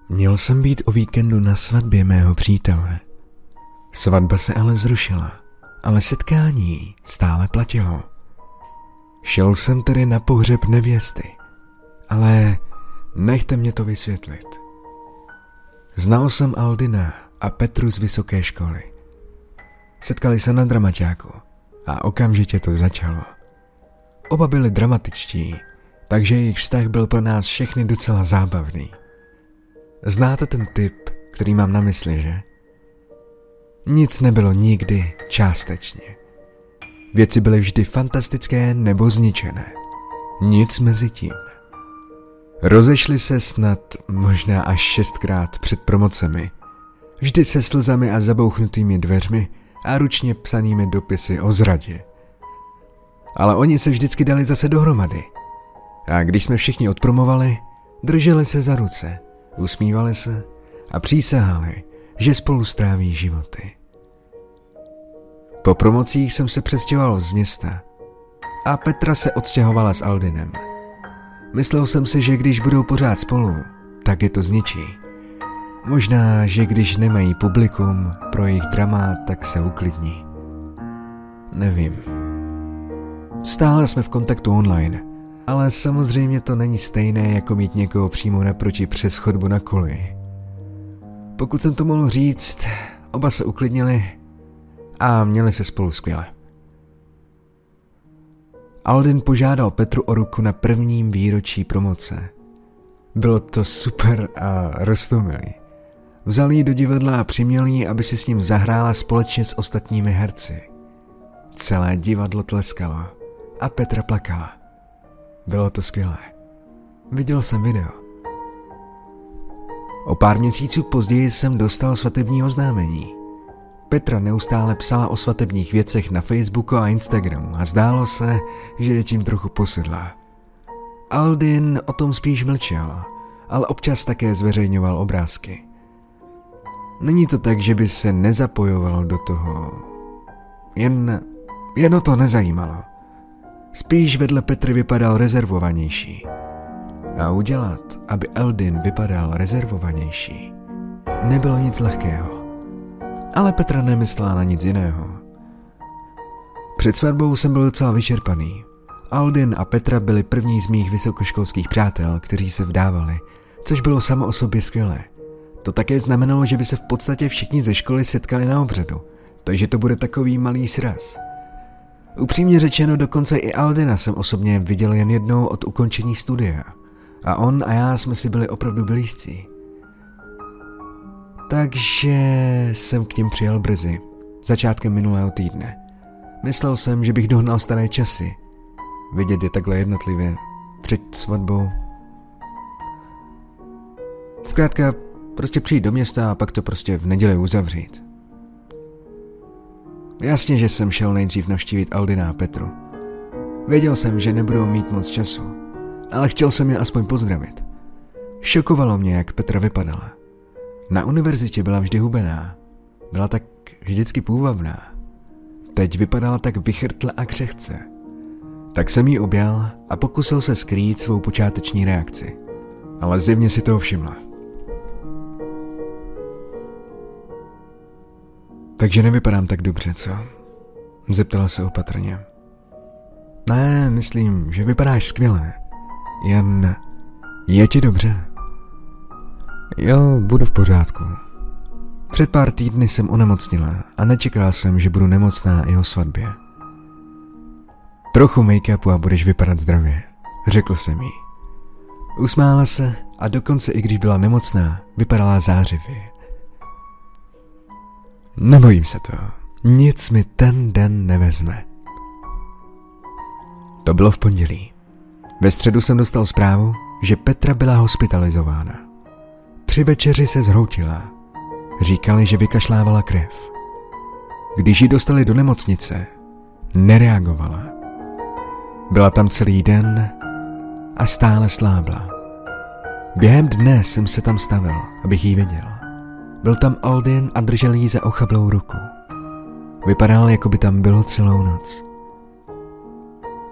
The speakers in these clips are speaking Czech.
Měl jsem být o víkendu na svatbě mého přítele. Svatba se ale zrušila, ale setkání stále platilo. Šel jsem tedy na pohřeb nevěsty, ale nechte mě to vysvětlit. Znal jsem Aldina a Petru z vysoké školy. Setkali se na dramaťáku a okamžitě to začalo. Oba byli dramatičtí, takže jejich vztah byl pro nás všechny docela zábavný. Znáte ten typ, který mám na mysli, že? Nic nebylo nikdy částečně. Věci byly vždy fantastické nebo zničené. Nic mezi tím. Rozešli se snad možná až 6krát před promocemi. Vždy se slzami a zabouchnutými dveřmi a ručně psanými dopisy o zradě. Ale oni se vždycky dali zase dohromady. A když jsme všichni odpromovali, drželi se za ruce, usmívali se a přísahali, že spolu stráví životy. Po promocích jsem se přestěhoval z města a Petra se odstěhovala s Aldinem. Myslel jsem si, že když budou pořád spolu, tak je to zničí. Možná, že když nemají publikum pro jejich drama, tak se uklidní. Nevím. Stále jsme v kontaktu online, ale samozřejmě to není stejné, jako mít někoho přímo naproti přes chodbu na koleji. Pokud jsem to mohl říct, oba se uklidnili a měli se spolu skvěle. Aldin požádal Petru o ruku na prvním výročí promoce. Bylo to super a roztomilý. Vzal ji do divadla a přiměl ji, aby si s ním zahrála společně s ostatními herci. Celé divadlo tleskalo a Petra plakala. Bylo to skvělé. Viděl jsem video. O pár měsíců později jsem dostal svatební oznámení. Petra neustále psala o svatebních věcech na Facebooku a Instagramu a zdálo se, že je tím trochu posedlá. Aldin o tom spíš mlčel, ale občas také zveřejňoval obrázky. Není to tak, že by se nezapojoval do toho. Jen o to nezajímalo. Spíš vedle Petry vypadal rezervovanější. A udělat, aby Aldin vypadal rezervovanější, nebylo nic lehkého. Ale Petra nemyslela na nic jiného. Před svatbou jsem byl docela vyčerpaný. Aldin a Petra byli první z mých vysokoškolských přátel, kteří se vdávali, což bylo samo o sobě skvělé. To také znamenalo, že by se v podstatě všichni ze školy setkali na obřadu, takže to bude takový malý sraz. Upřímně řečeno, dokonce i Aldina jsem osobně viděl jen jednou od ukončení studia. A on a já jsme si byli opravdu blízcí. Takže jsem k nim přijel brzy, začátkem minulého týdne. Myslel jsem, že bych dohnal staré časy. Vidět je takhle jednotlivě, před svatbou. Zkrátka, prostě přijít do města a pak to prostě v neděli uzavřít. Jasně, že jsem šel nejdřív navštívit Aldina a Petru. Věděl jsem, že nebudou mít moc času, ale chtěl jsem je aspoň pozdravit. Šokovalo mě, jak Petra vypadala. Na univerzitě byla vždy hubená. Byla tak vždycky půvabná. Teď vypadala tak vychrtle a křehce. Tak jsem ji objal a pokusil se skrýt svou počáteční reakci. Ale zjevně si toho všimla. Takže nevypadám tak dobře, co? Zeptala se opatrně. Ne, myslím, že vypadáš skvěle. Jen je ti dobře? Jo, budu v pořádku. Před pár týdny jsem onemocnila a nečekala jsem, že budu nemocná i o svatbě. Trochu make-upu a budeš vypadat zdravě, řekl jsem jí. Usmála se a dokonce i když byla nemocná, vypadala zářivě. Nebojím se to, nic mi ten den nevezme. To bylo v pondělí. Ve středu jsem dostal zprávu, že Petra byla hospitalizována. Při večeři se zhroutila. Říkali, že vykašlávala krev. Když ji dostali do nemocnice, nereagovala. Byla tam celý den a stále slábla. Během dne jsem se tam stavil, abych jí viděl. Byl tam Aldin a držel jí za ochablou ruku. Vypadal, jako by tam bylo celou noc.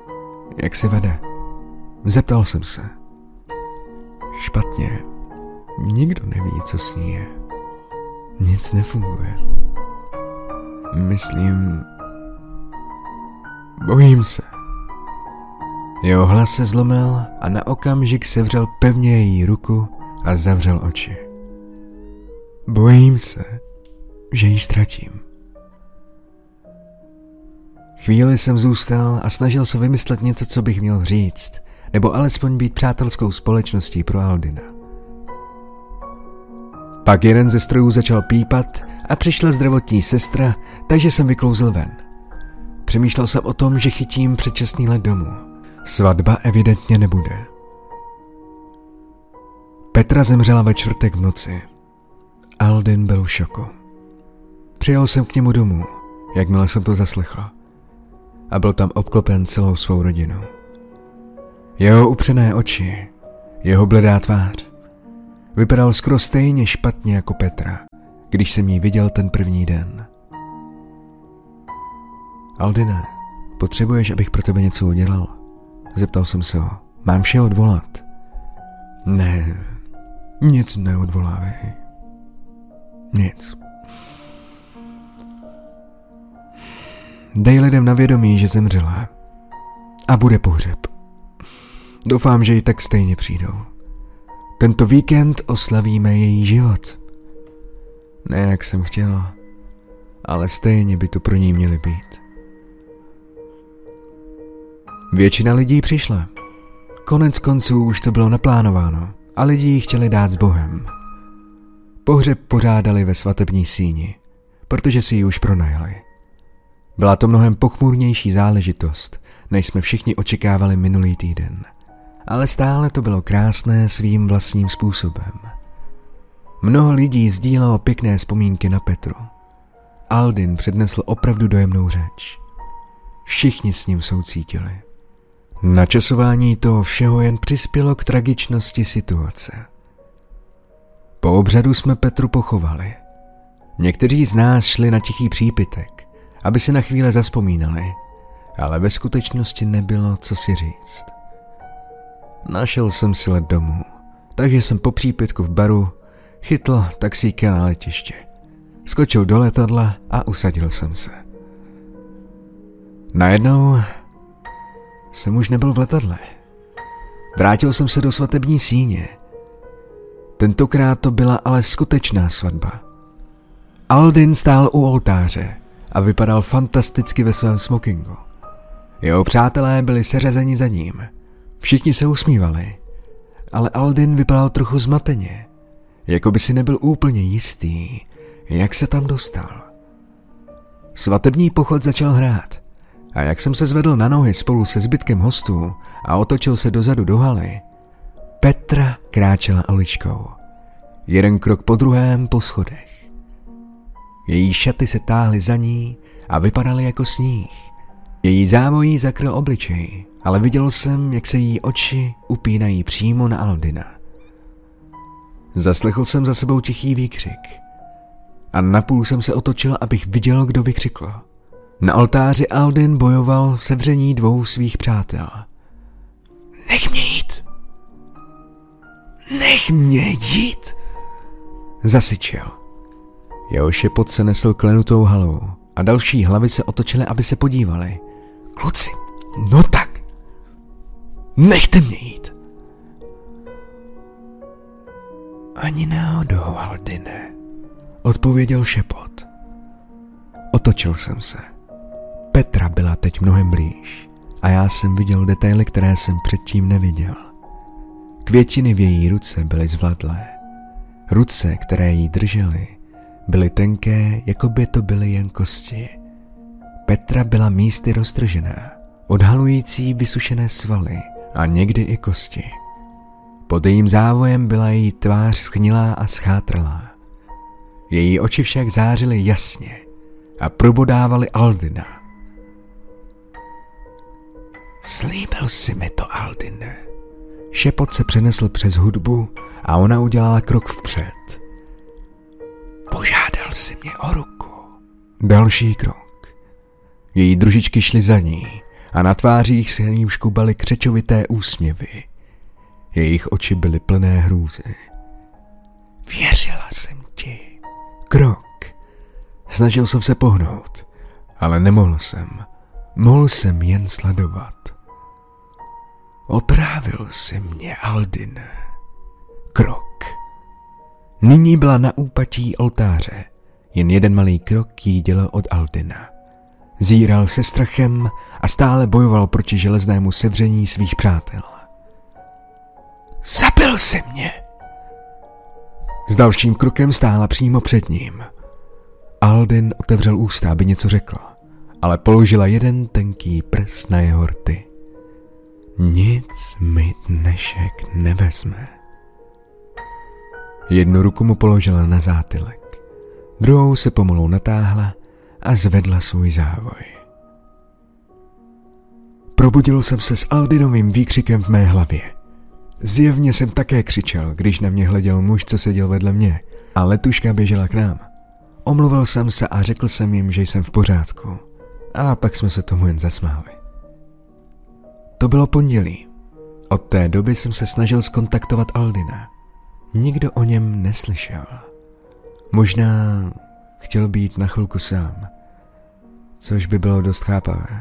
Jak si vede? Zeptal jsem se. Špatně. Nikdo neví, co s ní je. Nic nefunguje. Myslím... Bojím se. Jeho hlas se zlomil a na okamžik sevřel pevně její ruku a zavřel oči. Bojím se, že ji ztratím. Chvíli jsem zůstal a snažil se vymyslet něco, co bych měl říct, nebo alespoň být přátelskou společností pro Aldina. Pak jeden ze strojů začal pípat a přišla zdravotní sestra, takže jsem vyklouzl ven. Přemýšlel jsem o tom, že chytím předčasný let domů. Svatba evidentně nebude. Petra zemřela ve čtvrtek v noci. Aldin byl v šoku. Přijel jsem k němu domů, jakmile jsem to zaslechl. A byl tam obklopen celou svou rodinou. Jeho upřené oči, jeho bledá tvář. Vypadal skoro stejně špatně jako Petra, když jsem ji viděl ten první den. Aldine, potřebuješ, abych pro tebe něco udělal? Zeptal jsem se ho. Mám vše odvolat? Ne, nic neodvolávej. Nic. Dej lidem na vědomí, že zemřela. A bude pohřeb. Doufám, že i tak stejně přijdou. Tento víkend oslavíme její život. Ne, jak jsem chtěla, ale stejně by tu pro ní měli být. Většina lidí přišla. Konec konců už to bylo naplánováno a lidi ji chtěli dát s Bohem. Pohřeb pořádali ve svatební síni, protože si ji už pronajali. Byla to mnohem pochmurnější záležitost, než jsme všichni očekávali minulý týden. Ale stále to bylo krásné svým vlastním způsobem. Mnoho lidí sdílelo pěkné vzpomínky na Petru. Aldin přednesl opravdu dojemnou řeč. Všichni s ním soucítili. Načasování toho všeho jen přispělo k tragičnosti situace. Po obřadu jsme Petru pochovali. Někteří z nás šli na tichý přípitek, aby si na chvíli zavzpomínali, ale ve skutečnosti nebylo co si říct. Našel jsem si let domů, takže jsem po přípitku v baru chytl taxíka na letiště. Skočil do letadla a usadil jsem se. Najednou jsem už nebyl v letadle. Vrátil jsem se do svatební síně. Tentokrát to byla ale skutečná svatba. Aldin stál u oltáře a vypadal fantasticky ve svém smokingu. Jeho přátelé byli seřazeni za ním. Všichni se usmívali, ale Aldin vypadal trochu zmateně, jako by si nebyl úplně jistý, jak se tam dostal. Svatební pochod začal hrát a jak jsem se zvedl na nohy spolu se zbytkem hostů a otočil se dozadu do haly, Petra kráčela uličkou. Jeden krok po druhém po schodech. Její šaty se táhly za ní a vypadaly jako sníh. Její závojí zakryl obličej, ale viděl jsem, jak se jí oči upínají přímo na Aldina. Zaslechl jsem za sebou tichý výkřik a napůl jsem se otočil, abych viděl, kdo vykřikl. Na oltáři Aldin bojoval v sevření dvou svých přátel. Nech mě jít! Nech mě jít! Zasyčel. Jeho šepot se nesl klenutou halou a další hlavy se otočily, aby se podívali. Kluci, no tak! Nechte mě jít! Ani náhodou, Aldine, odpověděl šepot. Otočil jsem se. Petra byla teď mnohem blíž a já jsem viděl detaily, které jsem předtím neviděl. Květiny v její ruce byly zvladlé. Ruce, které jí držely, byly tenké, jako by to byly jen kosti. Petra byla místy roztržená, odhalující vysušené svaly a někdy i kosti. Pod jejím závojem byla její tvář schnilá a schátralá. Její oči však zářily jasně a probodávaly Aldina. Slíbil jsi mi to, Aldine. Šepot se přenesl přes hudbu a ona udělala krok vpřed. Požádal jsi mě o ruku. Další krok. Její družičky šly za ní a na tvářích se jim škubaly křečovité úsměvy. Jejich oči byly plné hrůzy. Krok. Snažil jsem se pohnout, ale nemohl jsem. Mohl jsem jen sledovat. Otrávil si mě, Aldin. Krok. Nyní byla na úpatí oltáře. Jen jeden malý krok jí dělal od Aldina. Zíral se strachem a stále bojoval proti železnému sevření svých přátel. Zabil si mě! S dalším krokem stála přímo před ním. Aldin otevřel ústa, aby něco řekl, ale položila jeden tenký prst na jeho rty. Nic mi dnešek nevezme. Jednu ruku mu položila na zátylek, druhou se pomalu natáhla a zvedla svůj závoj. Probudil jsem se s Aldinovým výkřikem v mé hlavě. Zjevně jsem také křičel, když na mě hleděl muž, co seděl vedle mě, a letuška běžela k nám. Omluvil jsem se a řekl jsem jim, že jsem v pořádku. A pak jsme se tomu jen zasmáli. To bylo pondělí. Od té doby jsem se snažil zkontaktovat Aldina. Nikdo o něm neslyšel. Možná chtěl být na chvilku sám, což by bylo dost chápavé.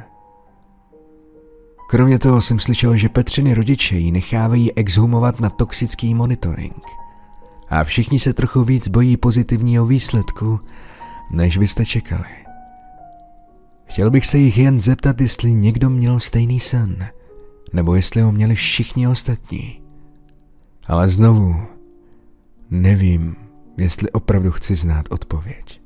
Kromě toho jsem slyšel, že Petřiny rodiče ji nechávají exhumovat na toxický monitoring. A všichni se trochu víc bojí pozitivního výsledku, než byste čekali. Chtěl bych se jich jen zeptat, jestli někdo měl stejný sen, nebo jestli ho měli všichni ostatní. Ale znovu, nevím, jestli opravdu chci znát odpověď.